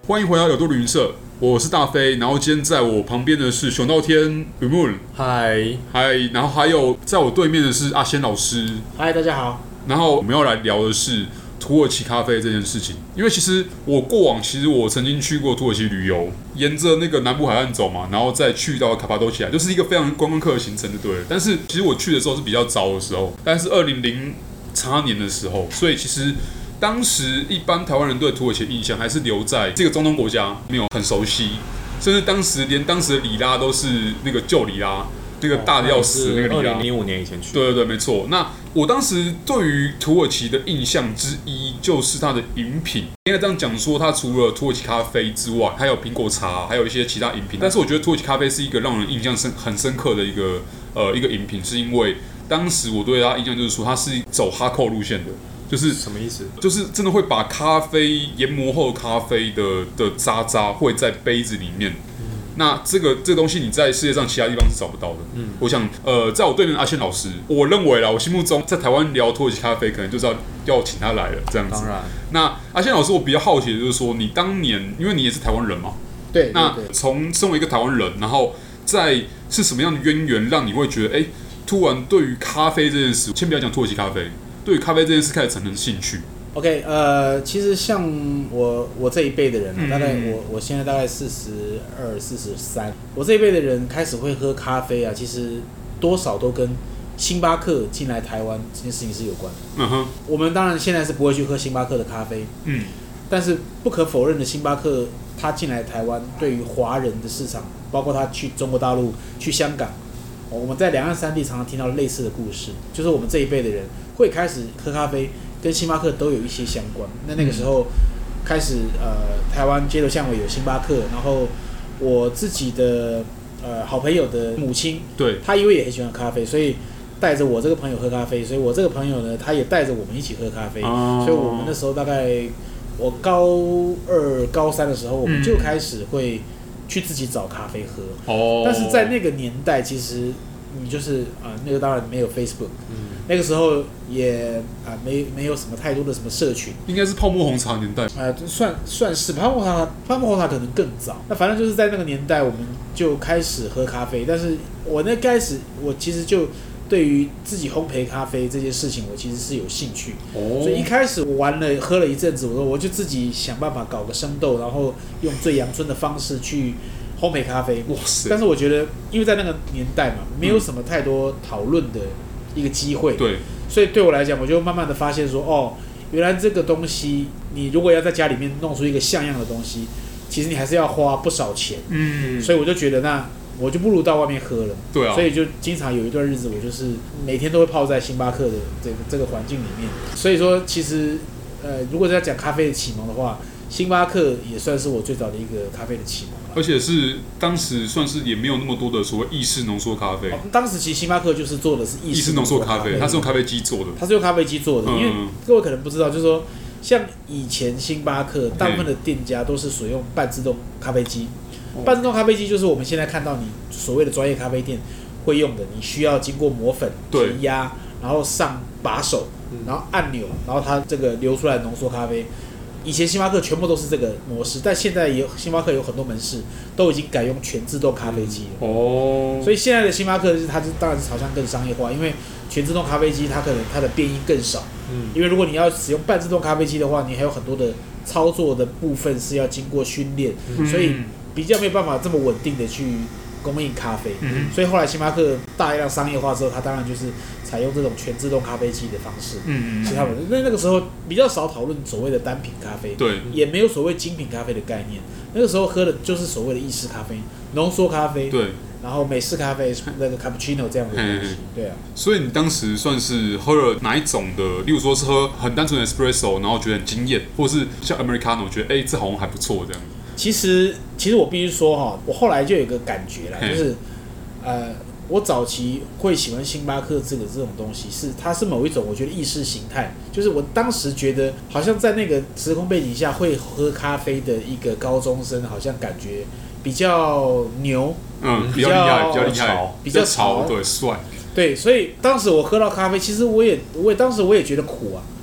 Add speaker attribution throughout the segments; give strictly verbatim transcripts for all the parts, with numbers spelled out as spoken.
Speaker 1: 欢迎回到有多旅行社，我是大飞。然后今天在我旁边的是熊道天 Remoon，
Speaker 2: 嗨
Speaker 1: 嗨，然后还有在我对面的是阿仙老师，
Speaker 3: 嗨，大家好。
Speaker 1: 然后我们要来聊的是土耳其咖啡这件事情，因为其实我过往其实我曾经去过土耳其旅游，沿着那个南部海岸走嘛，然后再去到卡帕多奇亚，就是一个非常观光客的行程就对了。但是其实我去的时候是比较早的时候，但是二零零八年的时候，所以其实当时一般台湾人对土耳其的印象还是留在这个中东国家，没有很熟悉，甚至当时连当时的里拉都是那个旧里拉。那个大的要死，那个里拉。
Speaker 2: 二零零五年以前去。
Speaker 1: 对对对，没错。那我当时对于土耳其的印象之一，就是它的饮品。应该这样讲说，它除了土耳其咖啡之外，还有苹果茶，还有一些其他饮品。但是我觉得土耳其咖啡是一个让人印象深很深刻的一个呃一个饮品，是因为当时我对它印象就是说，它是走哈扣路线的。就是
Speaker 2: 什么意思？
Speaker 1: 就是真的会把咖啡研磨后咖啡的的渣渣会在杯子里面。那这个这个东西你在世界上其他地方是找不到的。嗯，我想，呃，在我对面的阿仙老师，我认为啦，我心目中在台湾聊土耳其咖啡，可能就是要要请他来了这样子。
Speaker 2: 当然。
Speaker 1: 那阿仙老师，我比较好奇的就是说，你当年因为你也是台湾人嘛，
Speaker 3: 对，对
Speaker 1: 那从身为一个台湾人，然后在是什么样的渊源让你会觉得，哎，突然对于咖啡这件事，先不要讲土耳其咖啡，对于咖啡这件事开始产生兴趣。
Speaker 3: OK， 呃，其实像我我这一辈的人、啊嗯，大概我我现在大概四十二、四十三，我这一辈的人开始会喝咖啡啊，其实多少都跟星巴克进来台湾这件事情是有关的。嗯哼，我们当然现在是不会去喝星巴克的咖啡，嗯，但是不可否认的，星巴克他进来台湾，对于华人的市场，包括他去中国大陆、去香港，我们在两岸三地常常听到类似的故事，就是我们这一辈的人会开始喝咖啡。跟星巴克都有一些相关。那那个时候开始，呃，台湾街头巷尾有星巴克，然后我自己的呃好朋友的母亲，
Speaker 1: 对，
Speaker 3: 她因为也很喜欢咖啡，所以带着我这个朋友喝咖啡，所以我这个朋友呢，他也带着我们一起喝咖啡。哦、所以我们那时候大概我高二、高三的时候，我们就开始会去自己找咖啡喝。哦。但是在那个年代，其实你就是啊、呃，那个当然没有 Facebook。嗯。那个时候也啊、呃、没没有什么太多的什么社群，
Speaker 1: 应该是泡沫红茶年代，
Speaker 3: 呃，算算是泡沫红茶，泡沫红茶可能更早。那反正就是在那个年代，我们就开始喝咖啡。但是我那开始，我其实就对于自己烘焙咖啡这件事情，我其实是有兴趣。哦。所以一开始我玩了喝了一阵子，我说我就自己想办法搞个生豆，然后用最阳春的方式去烘焙咖啡。哇塞！但是我觉得，因为在那个年代嘛，没有什么太多讨论的一个机会，
Speaker 1: 对，
Speaker 3: 所以对我来讲，我就慢慢的发现说，哦，原来这个东西，你如果要在家里面弄出一个像样的东西，其实你还是要花不少钱，嗯，所以我就觉得，那我就不如到外面喝了，
Speaker 1: 对啊，
Speaker 3: 所以就经常有一段日子，我就是每天都会泡在星巴克的这个这个环境里面，所以说，其实，呃，如果要讲咖啡的启蒙的话，星巴克也算是我最早的一个咖啡的启蒙。
Speaker 1: 而且是当时算是也没有那么多的所谓意式浓缩咖啡。
Speaker 3: 哦、当时其实星巴克就是做的是意式
Speaker 1: 浓缩咖啡，它是用咖啡机做的。
Speaker 3: 它是用咖啡机做的，嗯、因为各位可能不知道，就是说，像以前星巴克大部分的店家都是使用半自动咖啡机。半自动咖啡机就是我们现在看到你所谓的专业咖啡店会用的，你需要经过磨粉、提压，然后上把手，然后按钮，然后它这个流出来的浓缩咖啡。以前星巴克全部都是这个模式，但现在也有星巴克有很多门市都已经改用全自动咖啡机了。哦，所以现在的星巴克它是当然是朝向更商业化，因为全自动咖啡机它可能它的变音更少。嗯，因为如果你要使用半自动咖啡机的话，你还有很多的操作的部分是要经过训练，嗯、所以比较没有办法这么稳定的去供应咖啡。嗯，所以后来星巴克大量商业化之后，它当然就是采用这种全自动咖啡机的方式。嗯嗯。其他们那那个时候比较少讨论所谓的单品咖啡，
Speaker 1: 对，
Speaker 3: 也没有所谓精品咖啡的概念。那个时候喝的就是所谓的意式咖啡、浓缩咖啡，
Speaker 1: 对，
Speaker 3: 然后美式咖啡那个 cappuccino 这样的东西，对啊。
Speaker 1: 所以你当时算是喝了哪一种的？例如说是喝很单纯的 espresso， 然后觉得很惊艳，或是像 americano， 觉得哎、欸、这好像还不错这样。
Speaker 3: 其实，其实我必须说哈，我后来就有一个感觉啦，就是，呃，我早期会喜欢星巴克这个这种东西是，它是某一种我觉得意识形态，就是我当时觉得好像在那个时空背景下会喝咖啡的一个高中生，好像感觉比较牛，
Speaker 1: 嗯，比较厉害，比较厉害，
Speaker 3: 比较潮，
Speaker 1: 对，帅，
Speaker 3: 对，所以当时我喝到咖啡，其实我也，我也当时我也觉得苦啊。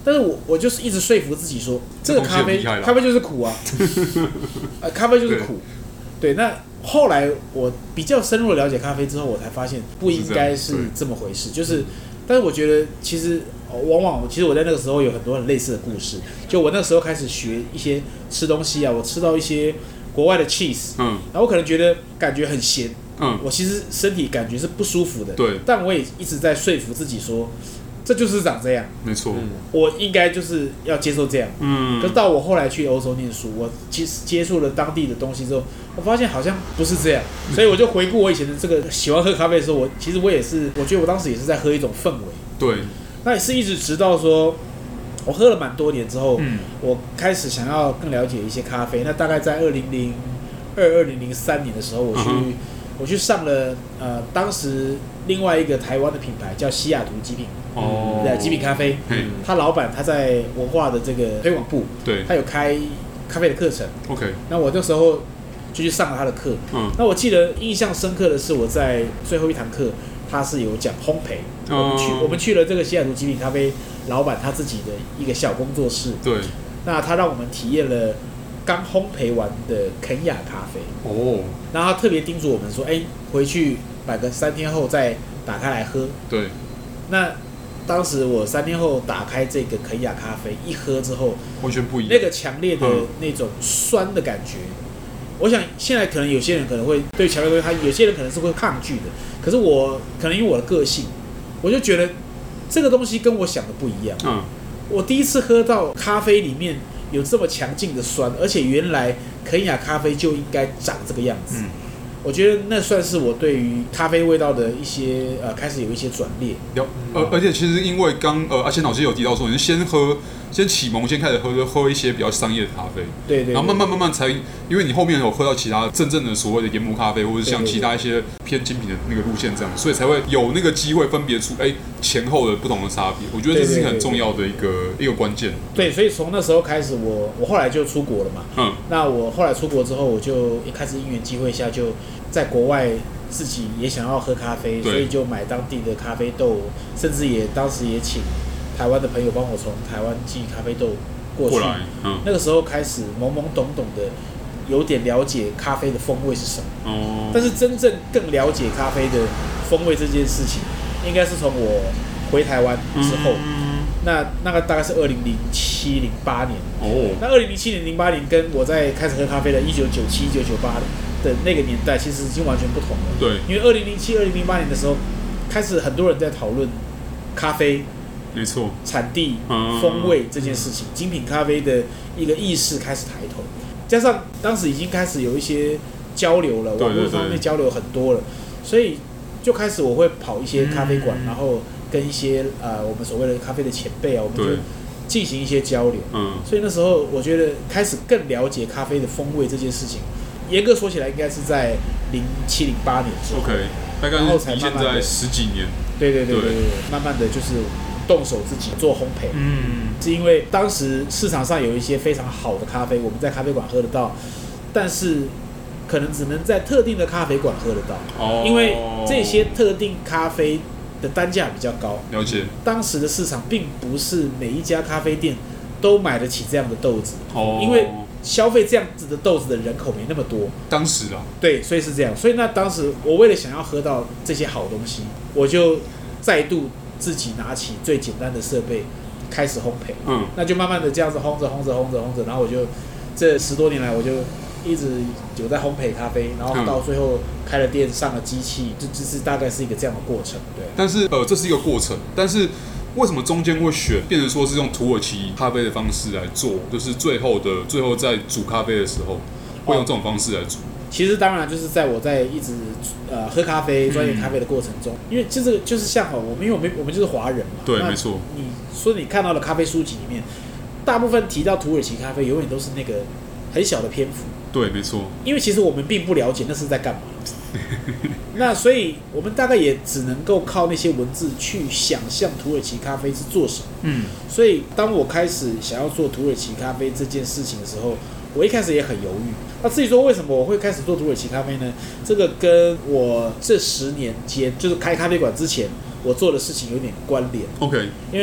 Speaker 3: 但是我我就是一直说服自己说，这个咖啡咖啡就是苦啊，呃，咖啡就是苦。对，那后来我比较深入的了解咖啡之后，我才发现不应该是这么回事。就是，但是我觉得其实往往其实我在那个时候有很多很类似的故事。就我那时候开始学一些吃东西啊，我吃到一些国外的 cheese， 嗯，然后我可能觉得感觉很咸，嗯，我其实身体感觉是不舒服的，
Speaker 1: 对，
Speaker 3: 但我也一直在说服自己说。这就是长这样，
Speaker 1: 没错、嗯，
Speaker 3: 我应该就是要接受这样。嗯，可是到我后来去欧洲念书，我其实接触了当地的东西之后，我发现好像不是这样，所以我就回顾我以前的这个喜欢喝咖啡的时候，我其实我也是，我觉得我当时也是在喝一种氛围。
Speaker 1: 对，
Speaker 3: 那也是一直直到说，我喝了蛮多年之后，嗯，我开始想要更了解一些咖啡。那大概在二零零二、二零零三年的时候，我去、嗯、我去上了呃，当时另外一个台湾的品牌叫西雅图极品。哦，对，极品咖啡，他老板他在文化的这个推广部，
Speaker 1: 对，
Speaker 3: 他有开咖啡的课程。
Speaker 1: OK，
Speaker 3: 那我那时候就去上了他的课。嗯，那我记得印象深刻的是我在最后一堂课，他是有讲烘焙。嗯、我们去我们去了这个西雅图极品咖啡老板他自己的一个小工作室。
Speaker 1: 对，
Speaker 3: 那他让我们体验了刚烘焙完的肯亚咖啡。哦，然后他特别叮嘱我们说，哎、欸，回去摆个三天后再打开来喝。
Speaker 1: 对，
Speaker 3: 那。当时我三天后打开这个肯亚咖啡，一喝之后，
Speaker 1: 完全不一样。
Speaker 3: 那个强烈的那种酸的感觉，嗯、我想现在可能有些人可能会对强烈的东西，他有些人可能是会抗拒的。可是我可能因为我的个性，我就觉得这个东西跟我想的不一样。嗯，我第一次喝到咖啡里面有这么强劲的酸，而且原来肯亚咖啡就应该长这个样子。嗯，我觉得那算是我对于咖啡味道的一些呃，开始有一些转捩。
Speaker 1: 有，而而且其实因为刚呃，阿贤老师有提到说，你是先喝，先启蒙，先开始喝喝一些比较商业的咖啡，
Speaker 3: 对 对, 对，
Speaker 1: 然后慢慢慢慢才，因为你后面有喝到其他真正的所谓的研磨咖啡，或者像其他一些偏精品的那个路线这样，所以才会有那个机会分别出哎、欸、前后的不同的差别。我觉得这是很重要的一个对对对对一个关键。
Speaker 3: 对，所以从那时候开始我，我我后来就出国了嘛。嗯，那我后来出国之后，我就一开始因缘机会下就。在国外自己也想要喝咖啡，所以就买当地的咖啡豆，甚至也当时也请台湾的朋友帮我从台湾寄咖啡豆过去。
Speaker 1: 过来，嗯，
Speaker 3: 那个时候开始懵懵懂懂的，有点了解咖啡的风味是什么。哦。但是真正更了解咖啡的风味这件事情，应该是从我回台湾之后。嗯。那那个大概是二零零七零八年。哦。那二零零七年零八年跟我在开始喝咖啡的一九九七一九九八的那个年代其实已经完全不同了。
Speaker 1: 对，
Speaker 3: 因为二零零七、二零零八年的时候，开始很多人在讨论咖啡，
Speaker 1: 没错，
Speaker 3: 产地、嗯、风味这件事情，精品咖啡的一个意识开始抬头，加上当时已经开始有一些交流了，网络上面交流很多了，所以就开始我会跑一些咖啡馆，嗯、然后跟一些呃我们所谓的咖啡的前辈啊，我们就进行一些交流。嗯，所以那时候我觉得开始更了解咖啡的风味这件事情。严格说起来，应该是在零七零八年之后
Speaker 1: ，OK， 大概是现在十几年。
Speaker 3: 对对对对 对, 对，慢慢的就是动手自己做烘焙。嗯，是因为当时市场上有一些非常好的咖啡，我们在咖啡馆喝得到，但是可能只能在特定的咖啡馆喝得到。哦，因为这些特定咖啡的单价比较高。
Speaker 1: 了解。
Speaker 3: 当时的市场并不是每一家咖啡店都买得起这样的豆子。哦，因为消费这样子的豆子的人口没那么多，
Speaker 1: 当时啊，
Speaker 3: 对，所以是这样。所以那当时我为了想要喝到这些好东西，我就再度自己拿起最简单的设备开始烘焙。嗯，那就慢慢的这样子烘着烘着烘着烘着，然后我就这十多年来我就一直有在烘焙咖啡，然后到最后开了店上了机器，这就是大概是一个这样的过程。对，
Speaker 1: 但是呃，这是一个过程，但是。为什么中间会选变成说是用土耳其咖啡的方式来做？就是最后的最后在煮咖啡的时候，会用这种方式来煮。
Speaker 3: 其实当然就是在我在一直呃喝咖啡、钻研咖啡的过程中，嗯、因为这个就是像我们因为我们我们就是华人嘛，
Speaker 1: 对，没错。
Speaker 3: 你说你看到的咖啡书籍里面，大部分提到土耳其咖啡，永远都是那个很小的篇幅。
Speaker 1: 对，没错。
Speaker 3: 因为其实我们并不了解那是在干嘛。那所以我们大概也只能够靠那些文字去想象土耳其咖啡是做什么。嗯，所以当我开始想要做土耳其咖啡这件事情的时候，我一开始也很犹豫。那至于说为什么我会开始做土耳其咖啡呢？这个跟我这十年间就是开咖啡馆之前我做的事情有点关联。
Speaker 1: OK，
Speaker 3: 因为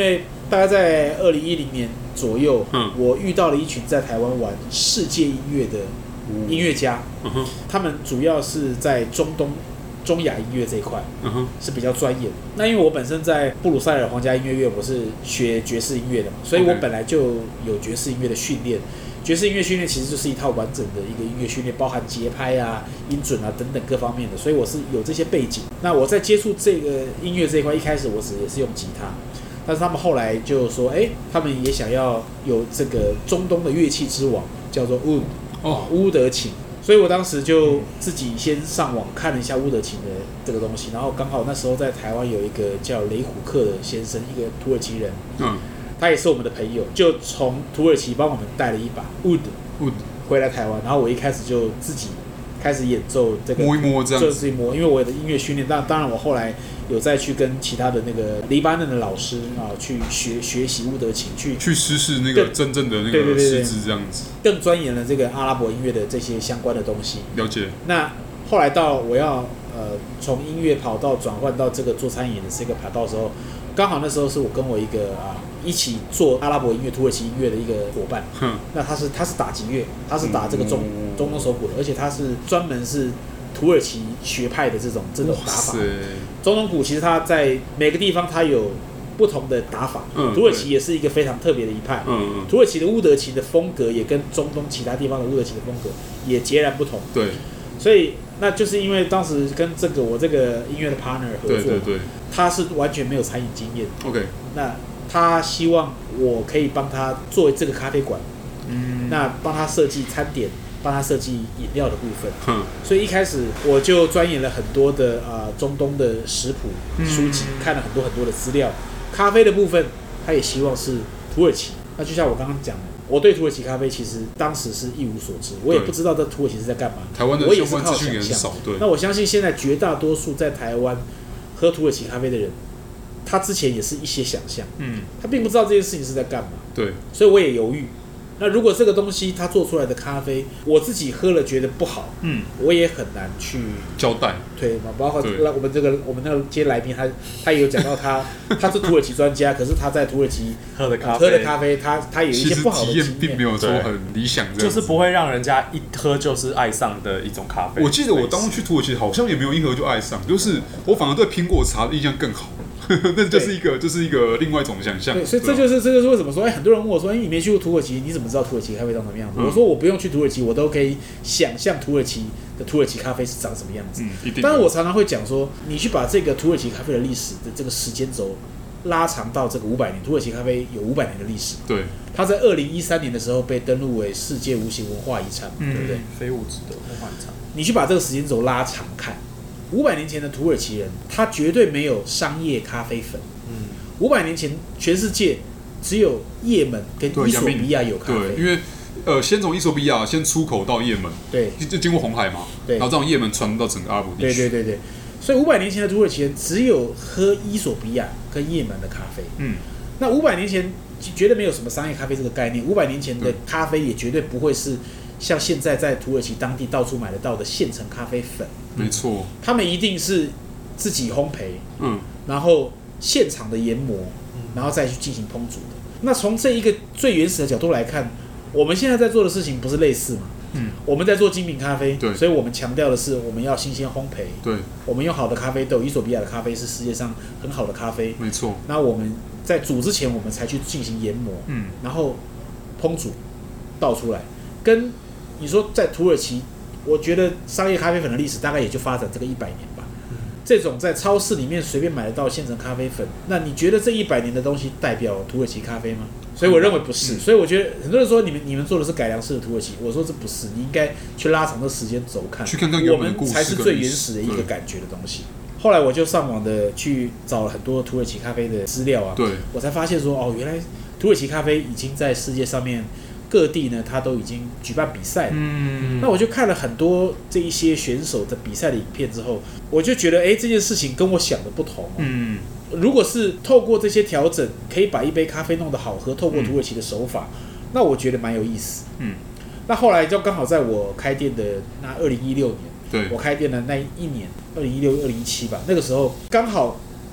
Speaker 3: 大概在二零一零年左右，嗯，我遇到了一群在台湾玩世界音乐的音乐家，嗯、他们主要是在中东、中亚音乐这一块，嗯、是比较专业的。那因为我本身在布鲁塞尔皇家音乐院，我是学爵士音乐的嘛，所以我本来就有爵士音乐的训练。爵士音乐训练其实就是一套完整的一个音乐训练，包含节拍啊、音准啊等等各方面的，所以我是有这些背景。那我在接触这个音乐这一块，一开始我只也是用吉他，但是他们后来就说，哎、欸，他们也想要有这个中东的乐器之王，叫做 Oud 哦，乌德琴。所以我当时就自己先上网看了一下乌德琴的这个东西，然后刚好那时候在台湾有一个叫雷虎克的先生，一个土耳其人，嗯。他也是我们的朋友，就从土耳其帮我们带了一把 Oud Oud 回来台湾，然后我一开始就自己开始演奏这个，
Speaker 1: 摸一摸这样，
Speaker 3: 就自己摸，因为我的音乐训练，当当然我后来有再去跟其他的那个黎巴嫩的老师啊去学学习乌德琴，去
Speaker 1: 去实施那个真正的那个师资这样子，
Speaker 3: 更钻研了这个阿拉伯音乐的这些相关的东西。
Speaker 1: 了解。
Speaker 3: 那后来到我要呃从音乐跑道转换到这个做餐饮的这个跑道的时候，刚好那时候是我跟我一个啊。一起做阿拉伯音乐、土耳其音乐的一个伙伴，那他是他是打击乐，他是打这个中、嗯、中东手鼓的，而且他是专门是土耳其学派的这种这种打法。中东鼓其实它在每个地方它有不同的打法，嗯、土耳其也是一个非常特别的一派。嗯、土耳其的乌德琴的风格也跟中东其他地方的乌德琴的风格也截然不同。
Speaker 1: 对，
Speaker 3: 所以那就是因为当时跟这个我这个音乐的 partner 合作，
Speaker 1: 对对对，
Speaker 3: 他是完全没有餐饮经验。
Speaker 1: OK，
Speaker 3: 那他希望我可以帮他做这个咖啡馆，嗯，那帮他设计餐点，帮他设计饮料的部分。嗯，所以一开始我就钻研了很多的啊、呃、中东的食谱书籍，嗯、看了很多很多的资料。咖啡的部分，他也希望是土耳其。那就像我刚刚讲的，我对土耳其咖啡其实当时是一无所知，我也不知道这土耳其是在干嘛。
Speaker 1: 台湾的相关资讯也很少，对。
Speaker 3: 那我相信现在绝大多数在台湾喝土耳其咖啡的人。他之前也是一些想象，嗯，他并不知道这件事情是在干嘛，
Speaker 1: 对，
Speaker 3: 所以我也犹豫。那如果这个东西他做出来的咖啡，我自己喝了觉得不好，嗯，我也很难去
Speaker 1: 交代，
Speaker 3: 对嘛？包括我们这个我们那个接来宾，他他也有讲到他他是土耳其专家，可是他在土耳其
Speaker 2: 喝的咖啡，
Speaker 3: 喝的咖啡，他他有一些不好的经验，
Speaker 1: 并没有说很理想，
Speaker 2: 就是不会让人家一喝就是爱上的一种咖啡。
Speaker 1: 我记得我当初去土耳其好像也没有一喝就爱上，就是我反而对苹果茶的印象更好。那就是一个，就是一个另外一种想象。
Speaker 3: 对，所以这就是这就是为什么说，哎，很多人问我说，哎，你没去过土耳其，你怎么知道土耳其咖啡长什么样子？嗯、我说我不用去土耳其，我都可以想象土耳其的土耳其咖啡是长什么样子。嗯，一定。但是我常常会讲说，你去把这个土耳其咖啡的历史的这个时间轴拉长到这个五百年，土耳其咖啡有五百年的历史。
Speaker 1: 对。
Speaker 3: 它在二零一三年的时候被登录为世界无形文化遗产，嗯、对不对？
Speaker 2: 非物质的文化遗产。
Speaker 3: 你去把这个时间轴拉长看。五百年前的土耳其人，他绝对没有商业咖啡粉。嗯，五百年前全世界只有也门跟伊索比亚有咖啡。
Speaker 1: 对，因为呃，先从伊索比亚先出口到也门，
Speaker 3: 对，
Speaker 1: 就经过红海嘛，对，然后这样也门传到整个阿拉伯地
Speaker 3: 区。对对对对，所以五百年前的土耳其人只有喝伊索比亚跟也门的咖啡。嗯，那五百年前绝对没有什么商业咖啡这个概念。五百年前的咖啡也绝对不会是像现在在土耳其当地到处买得到的现成咖啡粉。
Speaker 1: 没错，
Speaker 3: 他们一定是自己烘焙，嗯，然后现场的研磨，然后再去进行烹煮的。那从这一个最原始的角度来看，我们现在在做的事情不是类似吗？嗯，我们在做精品咖啡，对，所以我们强调的是我们要新鲜烘焙，
Speaker 1: 对，
Speaker 3: 我们用好的咖啡豆，伊索比亚的咖啡是世界上很好的咖啡，
Speaker 1: 没错。
Speaker 3: 那我们在煮之前，我们才去进行研磨，嗯，然后烹煮倒出来，跟你说在土耳其。我觉得商业咖啡粉的历史大概也就发展这个一百年吧。嗯、这种在超市里面随便买得到现成咖啡粉，那你觉得这一百年的东西代表土耳其咖啡吗？所以我认为不是。嗯、所以我觉得很多人说你们你们做的是改良式的土耳其，我说这不是，你应该去拉长这时间轴看，
Speaker 1: 去看看
Speaker 3: 我们才是最原始的一个感觉的东西。后来我就上网的去找了很多土耳其咖啡的资料啊，
Speaker 1: 对，
Speaker 3: 我才发现说哦，原来土耳其咖啡已经在世界上面。各地呢，他都已经举办比赛了。嗯，那我就看了很多这一些选手的比赛的影片之后，我就觉得，哎，这件事情跟我想的不同、哦。嗯，如果是透过这些调整，可以把一杯咖啡弄得好喝，透过土耳其的手法，嗯、那我觉得蛮有意思。嗯，那后来就刚好在我开店的那二零一六年，
Speaker 1: 对，
Speaker 3: 我开店的那一年，二零一六、二零一七吧，那个时候刚好。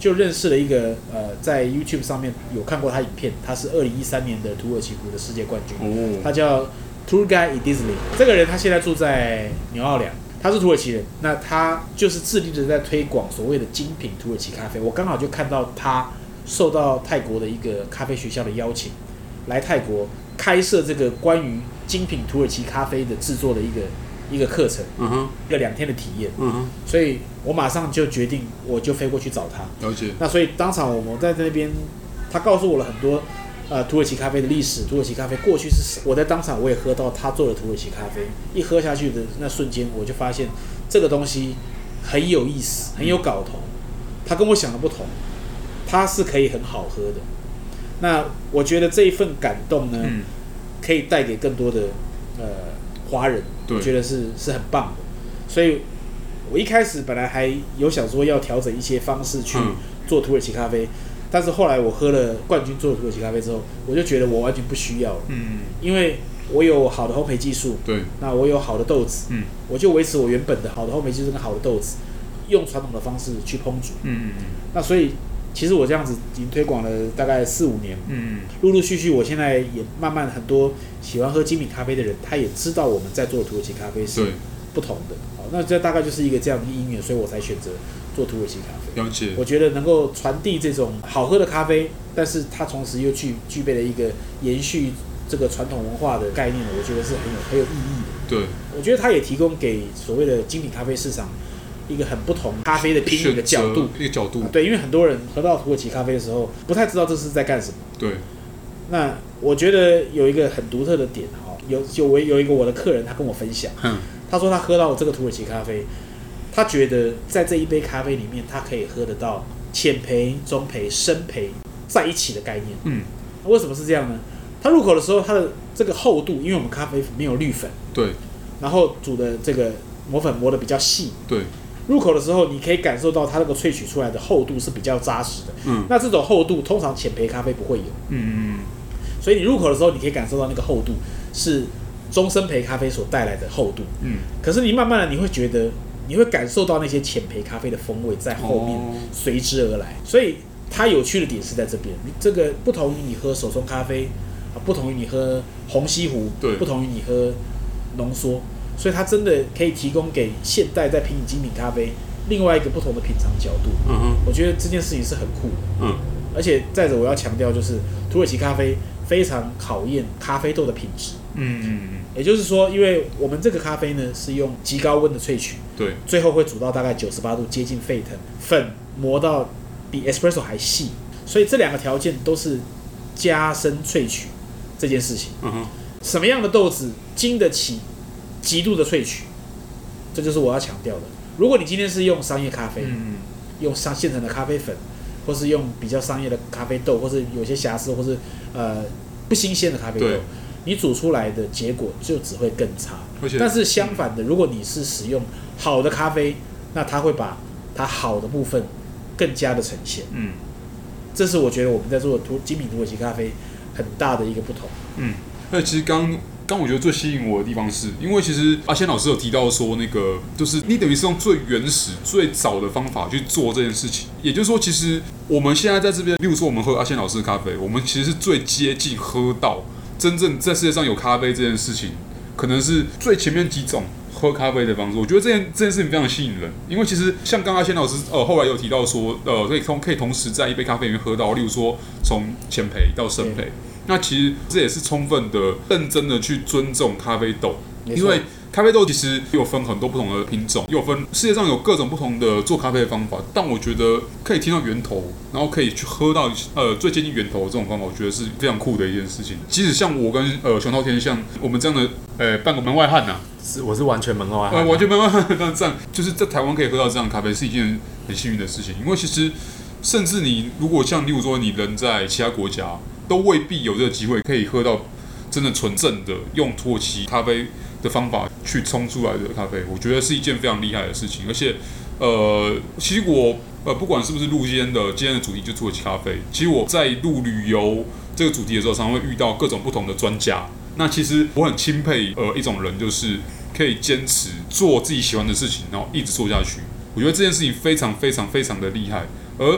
Speaker 3: 就认识了一个呃，在 YouTube 上面有看过他影片，他是二零一三年的土耳其湖的世界冠军，
Speaker 1: 哦，
Speaker 3: 他叫 Turgay Edizli。这个人他现在住在纽奥良，他是土耳其人，那他就是致力的在推广所谓的精品土耳其咖啡。我刚好就看到他受到泰国的一个咖啡学校的邀请，来泰国开设这个关于精品土耳其咖啡的制作的一个一个课程，
Speaker 1: 嗯哼，
Speaker 3: 一个两天的体验，
Speaker 1: 嗯哼，
Speaker 3: 所以我马上就决定，我就飞过去找他。
Speaker 1: 了解。
Speaker 3: 那所以当场我们在那边，他告诉我了很多呃土耳其咖啡的历史，土耳其咖啡过去是什么。我在当场我也喝到他做的土耳其咖啡，一喝下去的那瞬间，我就发现这个东西很有意思，很有搞头，它跟我想的不同，它是可以很好喝的。那我觉得这一份感动呢，嗯、可以带给更多的呃华人，我觉得是是很棒的。所以我一开始本来还有想说要调整一些方式去做土耳其咖啡，嗯、但是后来我喝了冠军做的土耳其咖啡之后，我就觉得我完全不需要了，嗯，因为我有好的烘焙技术，
Speaker 1: 对，
Speaker 3: 那我有好的豆子，嗯，我就维持我原本的好的烘焙技术跟好的豆子，用传统的方式去烹煮，嗯嗯嗯，那所以其实我这样子已经推广了大概四五年，嗯，陆陆续续，我现在也慢慢很多喜欢喝精品咖啡的人，他也知道我们在做的土耳其咖啡是不同的，好，那这大概就是一个这样的因缘，所以我才选择做土耳其咖啡。
Speaker 1: 了解，
Speaker 3: 我觉得能够传递这种好喝的咖啡，但是它同时又具具备了一个延续这个传统文化的概念，我觉得是很有很有意义的。
Speaker 1: 对，
Speaker 3: 我觉得它也提供给所谓的精品咖啡市场一个很不同咖啡的品饮的角度，
Speaker 1: 一个角度、
Speaker 3: 啊。对，因为很多人喝到土耳其咖啡的时候，不太知道这是在干什么。
Speaker 1: 对。
Speaker 3: 那我觉得有一个很独特的点哈，有有我有一个我的客人，他跟我分享，嗯、他说他喝到这个土耳其咖啡，他觉得在这一杯咖啡里面，他可以喝得到浅焙、中焙、深焙在一起的概念。嗯，为什么是这样呢？它入口的时候，它的这个厚度，因为我们咖啡没有滤粉，
Speaker 1: 对，
Speaker 3: 然后煮的这个磨粉磨得比较细，
Speaker 1: 对，
Speaker 3: 入口的时候你可以感受到它那个萃取出来的厚度是比较扎实的。嗯，那这种厚度通常浅焙咖啡不会有。嗯嗯，所以你入口的时候，你可以感受到那个厚度是中深焙咖啡所带来的厚度。嗯，可是你慢慢的你会觉得，你会感受到那些浅焙咖啡的风味在后面随之而来。哦、所以它有趣的点是在这边，这个不同于你喝手冲咖啡。不同于你喝红西湖，不同于你喝浓缩，所以它真的可以提供给现代在品饮精品咖啡另外一个不同的品尝角度。嗯哼，我觉得这件事情是很酷的。嗯，而且再者我要强调就是，土耳其咖啡非常考验咖啡豆的品质。嗯嗯嗯，也就是说，因为我们这个咖啡呢是用极高温的萃取，
Speaker 1: 对，
Speaker 3: 最后会煮到大概九十八度，接近沸腾，粉磨到比 espresso 还细，所以这两个条件都是加深萃取这件事情，嗯哼，什么样的豆子经得起极度的萃取，这就是我要强调的。如果你今天是用商业咖啡，嗯、用商现成的咖啡粉，或是用比较商业的咖啡豆，或是有些瑕疵，或是呃不新鲜的咖啡豆，你煮出来的结果就只会更差。但是相反的，如果你是使用好的咖啡，那它会把它好的部分更加的呈现。嗯，这是我觉得我们在做土精品土耳其咖啡很大的一个不同。
Speaker 1: 嗯，那其实刚刚我觉得最吸引我的地方是，因为其实阿仙老师有提到说，那个就是你等于是用最原始、最早的方法去做这件事情。也就是说，其实我们现在在这边，例如说我们喝阿仙老师的咖啡，我们其实是最接近喝到真正在世界上有咖啡这件事情，可能是最前面几种喝咖啡的方式。我觉得这件这件事情非常吸引人，因为其实像刚刚阿仙老师呃后来有提到说，呃可以同可以同时在一杯咖啡里面喝到，例如说从浅焙到深焙。那其实这也是充分的、认真的去尊重咖啡豆，因为咖啡豆其实有分很多不同的品种，有分世界上有各种不同的做咖啡的方法。但我觉得可以听到源头，然后可以去喝到呃最接近源头的这种方法，我觉得是非常酷的一件事情。即使像我跟呃熊滔天，像我们这样的呃半个门外汉呐、啊，
Speaker 2: 是我是完全门外汉、啊
Speaker 1: 呃，完全门外汉，那这样就是在台湾可以喝到这样的咖啡是一件很幸运的事情。因为其实甚至你如果像例如说你人在其他国家，都未必有这个机会可以喝到真的纯正的用土耳其咖啡的方法去冲出来的咖啡，我觉得是一件非常厉害的事情。而且，呃，其实我呃不管是不是录今天的今天的主题就土耳其咖啡，其实我在录旅游这个主题的时候，常常会遇到各种不同的专家。那其实我很钦佩呃一种人，就是可以坚持做自己喜欢的事情，然后一直做下去。我觉得这件事情非常非常非常的厉害。而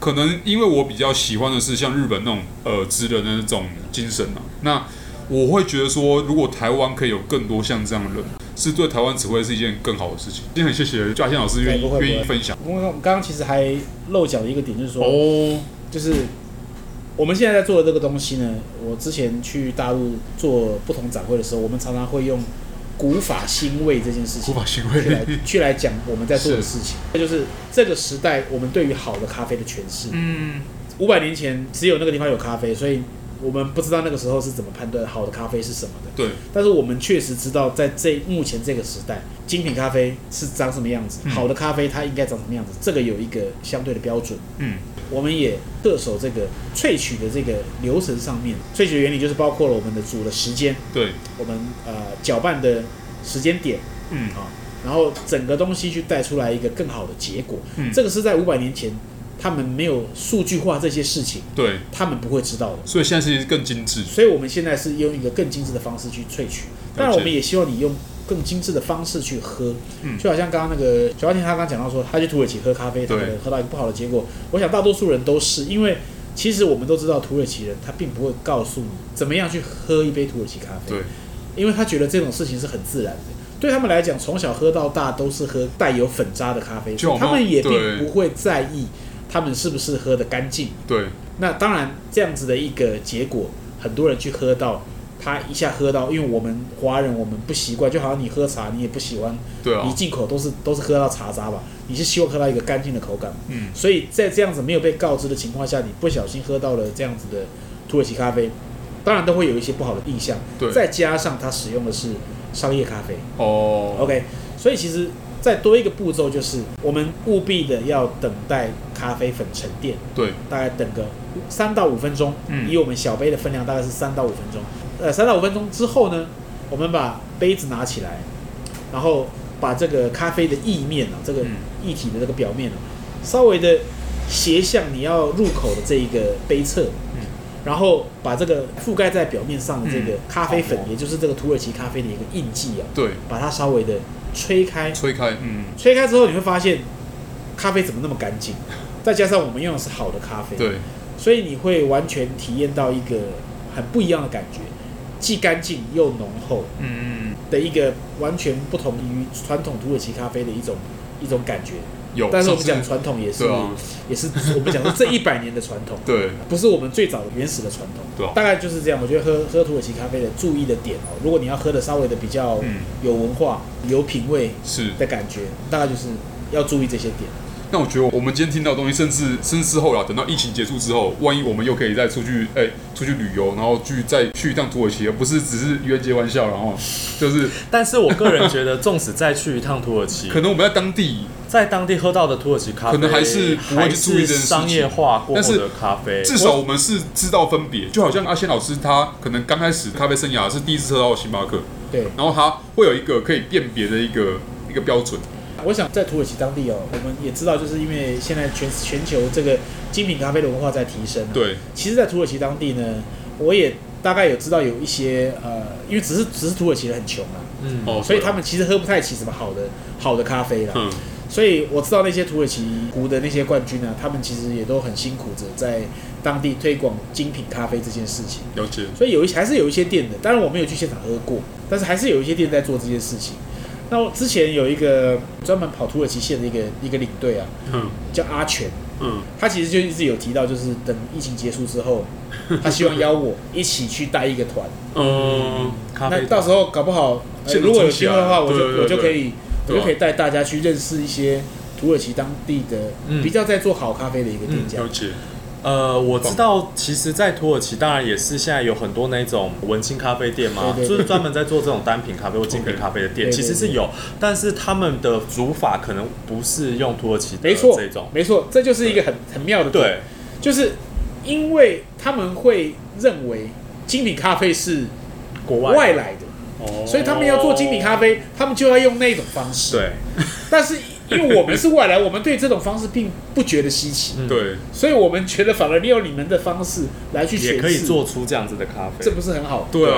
Speaker 1: 可能因为我比较喜欢的是像日本那种呃职人的那种精神啊，那我会觉得说，如果台湾可以有更多像这样的人，是对台湾只会是一件更好的事情。今天很谢谢嘉宪老师愿意愿意分享。
Speaker 3: 我们刚刚其实还漏讲了一个点，就是说，
Speaker 1: 哦，
Speaker 3: 就是我们现在在做的这个东西呢，我之前去大陆做不同展会的时候，我们常常会用古法新味这件事情，
Speaker 1: 古法新味
Speaker 3: 去来去来讲我们在做的事情，这就是这个时代我们对于好的咖啡的诠释。
Speaker 1: 嗯，
Speaker 3: 五百年前只有那个地方有咖啡，所以我们不知道那个时候是怎么判断好的咖啡是什么的。
Speaker 1: 对。
Speaker 3: 但是我们确实知道，在这目前这个时代，精品咖啡是长什么样子，嗯、好的咖啡它应该长什么样子，这个有一个相对的标准。嗯。我们也恪守这个萃取的这个流程上面，萃取的原理就是包括了我们的煮的时间，
Speaker 1: 对，
Speaker 3: 我们呃搅拌的时间点，嗯啊，然后整个东西去带出来一个更好的结果。嗯，这个是在五百年前他们没有数据化这些事情，对，他们不会知道的。
Speaker 1: 所以现在是更精致，
Speaker 3: 所以我们现在是用一个更精致的方式去萃取。当然，我们也希望你用更精致的方式去喝，嗯，就好像刚刚那个小花田他刚刚讲到说，他去土耳其喝咖啡，他可能喝到一个不好的结果。我想大多数人都是因为，其实我们都知道土耳其人他并不会告诉你怎么样去喝一杯土耳其咖啡，对，因为他觉得这种事情是很自然的。对他们来讲，从小喝到大都是喝带有粉渣的咖啡，所以他们也并不会在意他们是不是喝得干净。对，那当然这样子的一个结果，很多人去喝到。他一下喝到，因为我们华人我们不习惯，就好像你喝茶，你也不喜欢，对啊，你进口都是都是喝到茶渣吧，你是希望喝到一个干净的口感，嗯，所以在这样子没有被告知的情况下，你不小心喝到了这样子的土耳其咖啡，当然都会有一些不好的印象，对，再加上它使用的是商业咖啡，哦 ，OK， 所以其实再多一个步骤就是我们务必的要等待咖啡粉沉淀，对，大概等个三到五分钟，嗯，以我们小杯的分量大概是三到五分钟。呃，三到五分钟之后呢，我们把杯子拿起来，然后把这个咖啡的液面啊，这个液体的这个表面啊，稍微的斜向你要入口的这一个杯侧，嗯，然后把这个覆盖在表面上的这个咖啡粉，嗯、也就是这个土耳其咖啡的一个印记啊，对，把它稍微的吹开，
Speaker 1: 吹开，嗯，
Speaker 3: 吹开之后你会发现咖啡怎么那么干净，再加上我们用的是好的咖啡，对，所以你会完全体验到一个很不一样的感觉。既干净又浓厚，嗯的一个完全不同于传统土耳其咖啡的一种一种感觉。有，但是我们讲传统也是、啊、也是我们讲说这一百年的传统，对，不是我们最早的原始的传统，对、啊，大概就是这样。我觉得喝喝土耳其咖啡的注意的点哦，如果你要喝的稍微的比较有文化、嗯、有品味是的感觉，大概就是要注意这些点。
Speaker 1: 那我觉得我们今天听到的东西，甚至甚至之后啦，等到疫情结束之后，万一我们又可以再出去，哎、欸，出去旅游，然后去再去一趟土耳其，而不是只是愚人节玩笑，然后就是。
Speaker 2: 但是我个人觉得，纵使再去一趟土耳其，
Speaker 1: 可能我们在当地，
Speaker 2: 在当地喝到的土耳其咖啡，
Speaker 1: 可能还是不会去注意这件事情。
Speaker 2: 商业化过后的咖啡，
Speaker 1: 至少我们是知道分别。就好像阿宪老师他可能刚开始咖啡生涯是第一次喝到星巴克，对，然后他会有一个可以辨别的一个一个标准。
Speaker 3: 我想在土耳其当地哦，我们也知道，就是因为现在全全球这个精品咖啡的文化在提升、啊。对，其实，在土耳其当地呢，我也大概有知道有一些呃，因为只是只是土耳其人很穷啊，嗯，哦，所以他们其实喝不太起什么好的好的咖啡啦。嗯，所以我知道那些土耳其湖的那些冠军啊，他们其实也都很辛苦着在当地推广精品咖啡这件事情。
Speaker 1: 了解。
Speaker 3: 所以有一还是有一些店的，当然我没有去现场喝过，但是还是有一些店在做这件事情。那我之前有一个专门跑土耳其线的一个一个领队啊，嗯，叫阿全，嗯，他其实就一直有提到，就是等疫情结束之后，他希望邀我一起去带一个团，嗯，那到时候搞不好，欸、如果有机会的话，我就对对对我就可以我就可以带大家去认识一些土耳其当地的比较在做好咖啡的一个店家。
Speaker 1: 了解。
Speaker 2: 呃，我知道，其实，在土耳其当然也是现在有很多那种文青咖啡店嘛，对对对，就是专门在做这种单品咖啡或精品咖啡的店， okay, 其实是有，但是他们的煮法可能不是用土耳其的这种，
Speaker 3: 没错，这就是一个很很妙的点，对，就是因为他们会认为精品咖啡是国外外来的，哦，所以他们要做精品咖啡，他们就要用那种方式，对，但是。因为我们是外来，我们对这种方式并不觉得稀奇，嗯、对，所以我们觉得反而利用你们的方式来去诠释，
Speaker 2: 也可以做出这样子的咖啡，
Speaker 3: 这不是很好？
Speaker 1: 对啊，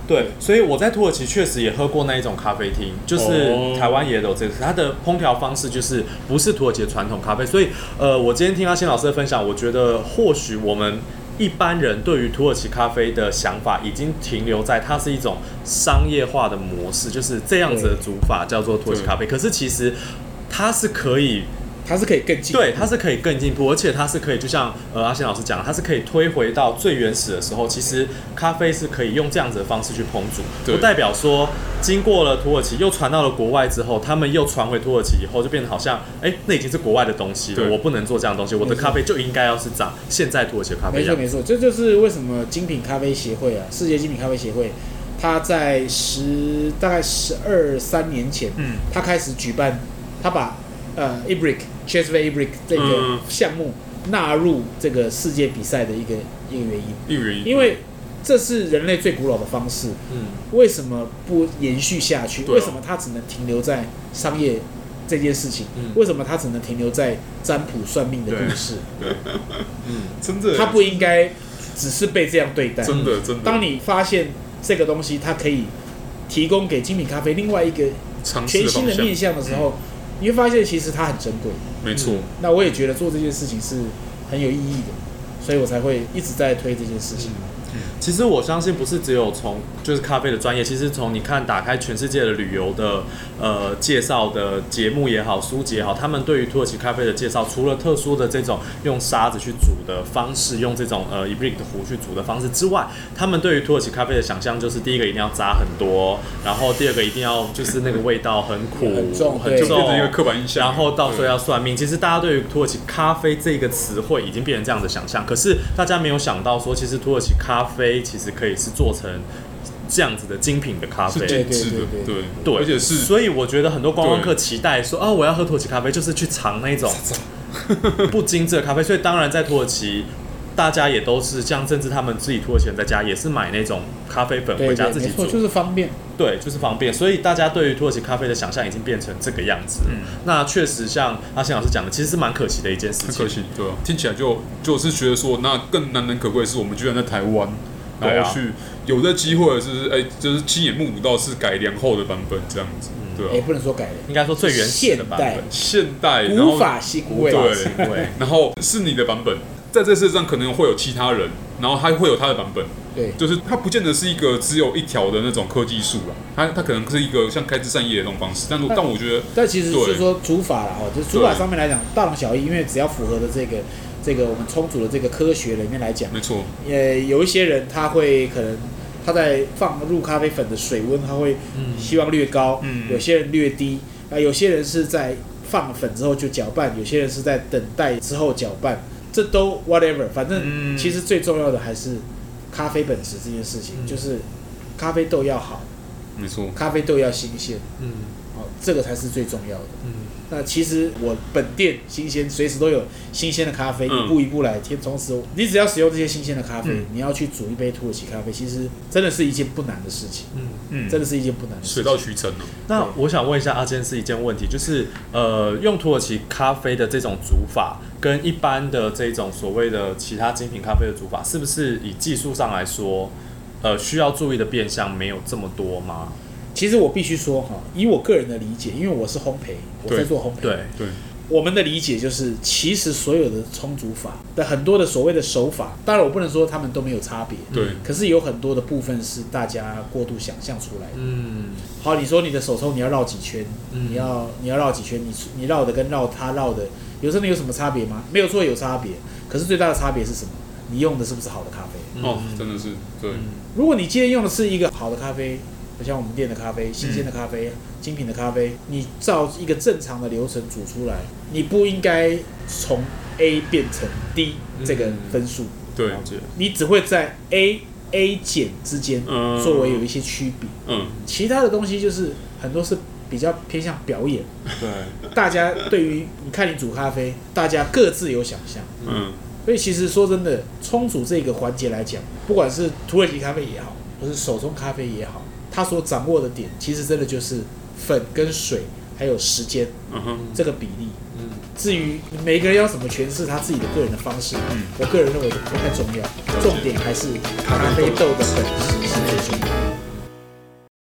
Speaker 2: 对，所以我在土耳其确实也喝过那一种咖啡厅，就是台湾也有这个，它的烹调方式就是不是土耳其的传统咖啡，所以呃，我今天听阿仙老师的分享，我觉得或许我们一般人对于土耳其咖啡的想法已经停留在它是一种商业化的模式，就是这样子的煮法叫做土耳其咖啡，可是其实它是可以。
Speaker 3: 它是可以更进步，
Speaker 2: 对，它是可以更进步，而且它是可以，就像呃阿仙老师讲，它是可以推回到最原始的时候。其实咖啡是可以用这样子的方式去烹煮，不代表说经过了土耳其又传到了国外之后，他们又传回土耳其以后，就变得好像哎、欸，那已经是国外的东西了，我不能做这样的东西，我的咖啡就应该要是长现在土耳其的咖啡一样。
Speaker 3: 没错没错，这就是为什么精品咖啡协会啊，世界精品咖啡协会，它在十大概十二三年前，嗯，它开始举办，它把呃 I B R I C。Chesve Ibrik 这个项目纳入这个世界比赛的一个一个原因，
Speaker 1: 一个原因，
Speaker 3: 因为这是人类最古老的方式，嗯，为什么不延续下去？为什么它只能停留在商业这件事情？嗯、为什么它只能停留在占卜算命的故事？
Speaker 1: 嗯，真的，
Speaker 3: 它不应该只是被这样对待。
Speaker 1: 真的，真的。
Speaker 3: 当你发现这个东西它可以提供给精品咖啡另外一个全新的面向的时候，你会发现其实它很珍贵。
Speaker 1: 没错、嗯，
Speaker 3: 那我也觉得做这件事情是很有意义的，所以我才会一直在推这件事情。
Speaker 2: 嗯、其实我相信不是只有从就是咖啡的专业，其实从你看打开全世界的旅游的呃介绍的节目也好，书籍也好，他们对于土耳其咖啡的介绍，除了特殊的这种用沙子去煮的方式，用这种呃 Ibrik 的壶去煮的方式之外，他们对于土耳其咖啡的想象就是第一个一定要渣很多，然后第二个一定要就是那个味道很苦
Speaker 3: 很重，
Speaker 2: 很重，
Speaker 1: 就变成一个刻板印象。
Speaker 2: 然后到时候要算命，其实大家对于土耳其咖啡这个词汇已经变成这样的想象，可是大家没有想到说，其实土耳其咖啡其实可以是做成这样子的精品的咖啡，
Speaker 1: 是精致的，对
Speaker 2: 对，
Speaker 1: 而且是，
Speaker 2: 所以我觉得很多观光客期待说，哦，我要喝土耳其咖啡，就是去尝那种不精致的咖啡。所以当然在土耳其，大家也都是像，甚至他们自己土耳其人在家也是买那种咖啡粉回家自己煮，
Speaker 3: 没错，就是方便。
Speaker 2: 对，就是方便。所以大家对于土耳其咖啡的想象已经变成这个样子。嗯，那确实像阿仙老师讲的，其实是蛮可惜的一件事情。
Speaker 1: 很可惜，对啊，听起来就就是觉得说，那更难能可贵的是，我们居然在台湾。然后去有这机会，就是哎、欸，就是亲眼目睹到是改良后的版本这样子，对啊，
Speaker 3: 也、欸、不能说改良，
Speaker 2: 应该说最原始的版本，
Speaker 1: 现代，
Speaker 3: 古法新味，
Speaker 1: 对，然后是你的版本，在这世界上可能会有其他人，然后他会有他的版本，
Speaker 3: 对，
Speaker 1: 就是它不见得是一个只有一条的那种科技树啦，它它可能是一个像开枝散叶的那种方式，但但我觉得，
Speaker 3: 但其实是说煮法啦，哦，就是煮法上面来讲大同小异，因为只要符合的这个。这个我们充足的这个科学里面来讲，
Speaker 1: 没错。
Speaker 3: 呃，有一些人他会可能他在放入咖啡粉的水温，他会希望略高，嗯、有些人略低，啊，有些人是在放粉之后就搅拌，有些人是在等待之后搅拌，这都 whatever， 反正其实最重要的还是咖啡本质这件事情，嗯、就是咖啡豆要好，
Speaker 1: 没错，
Speaker 3: 咖啡豆要新鲜，嗯，哦，这个才是最重要的，嗯。那其实我本店新鲜，随时都有新鲜的咖啡，嗯、一步一步来。从此，你只要使用这些新鲜的咖啡，嗯、你要去煮一杯土耳其咖啡，其实真的是一件不难的事情。嗯嗯，真的是一件不难的事情。
Speaker 1: 水到渠成哦。
Speaker 2: 那我想问一下阿坚是一件问题，就是呃，用土耳其咖啡的这种煮法，跟一般的这种所谓的其他精品咖啡的煮法，是不是以技术上来说，呃，需要注意的变项没有这么多吗？
Speaker 3: 其实我必须说哈，以我个人的理解，因为我是烘焙，我在做烘焙，
Speaker 2: 对对，
Speaker 3: 我们的理解就是，其实所有的冲煮法的很多的所谓的手法，当然我不能说他们都没有差别，
Speaker 1: 对，
Speaker 3: 可是有很多的部分是大家过度想象出来的。嗯，好，你说你的手冲你要绕几圈，嗯、你要你要绕几圈，你你绕的跟绕他绕的，有真的有什么差别吗？没有错，有差别，可是最大的差别是什么？你用的是不是好的咖啡？
Speaker 1: 嗯、哦，真的是对、嗯。
Speaker 3: 如果你今天用的是一个好的咖啡。像我们店的咖啡，新鲜的咖啡，嗯、精品的咖啡，你照一个正常的流程煮出来，你不应该从 A 变成 D 这个分数。
Speaker 1: 嗯、对，
Speaker 3: 你只会在 A A 减之间作为有一些区别。嗯，其他的东西就是很多是比较偏向表演。
Speaker 2: 对，
Speaker 3: 大家对于你看你煮咖啡，大家各自有想象。嗯，所以其实说真的，冲煮这个环节来讲，不管是土耳其咖啡也好，或是手冲咖啡也好。他所掌握的点，其实真的就是粉跟水，还有时间，嗯哼，这个比例。嗯，至于每个人要怎么诠释他自己的个人的方式，嗯，我个人认为不太重要，重点还是咖啡豆的本质是最重要的。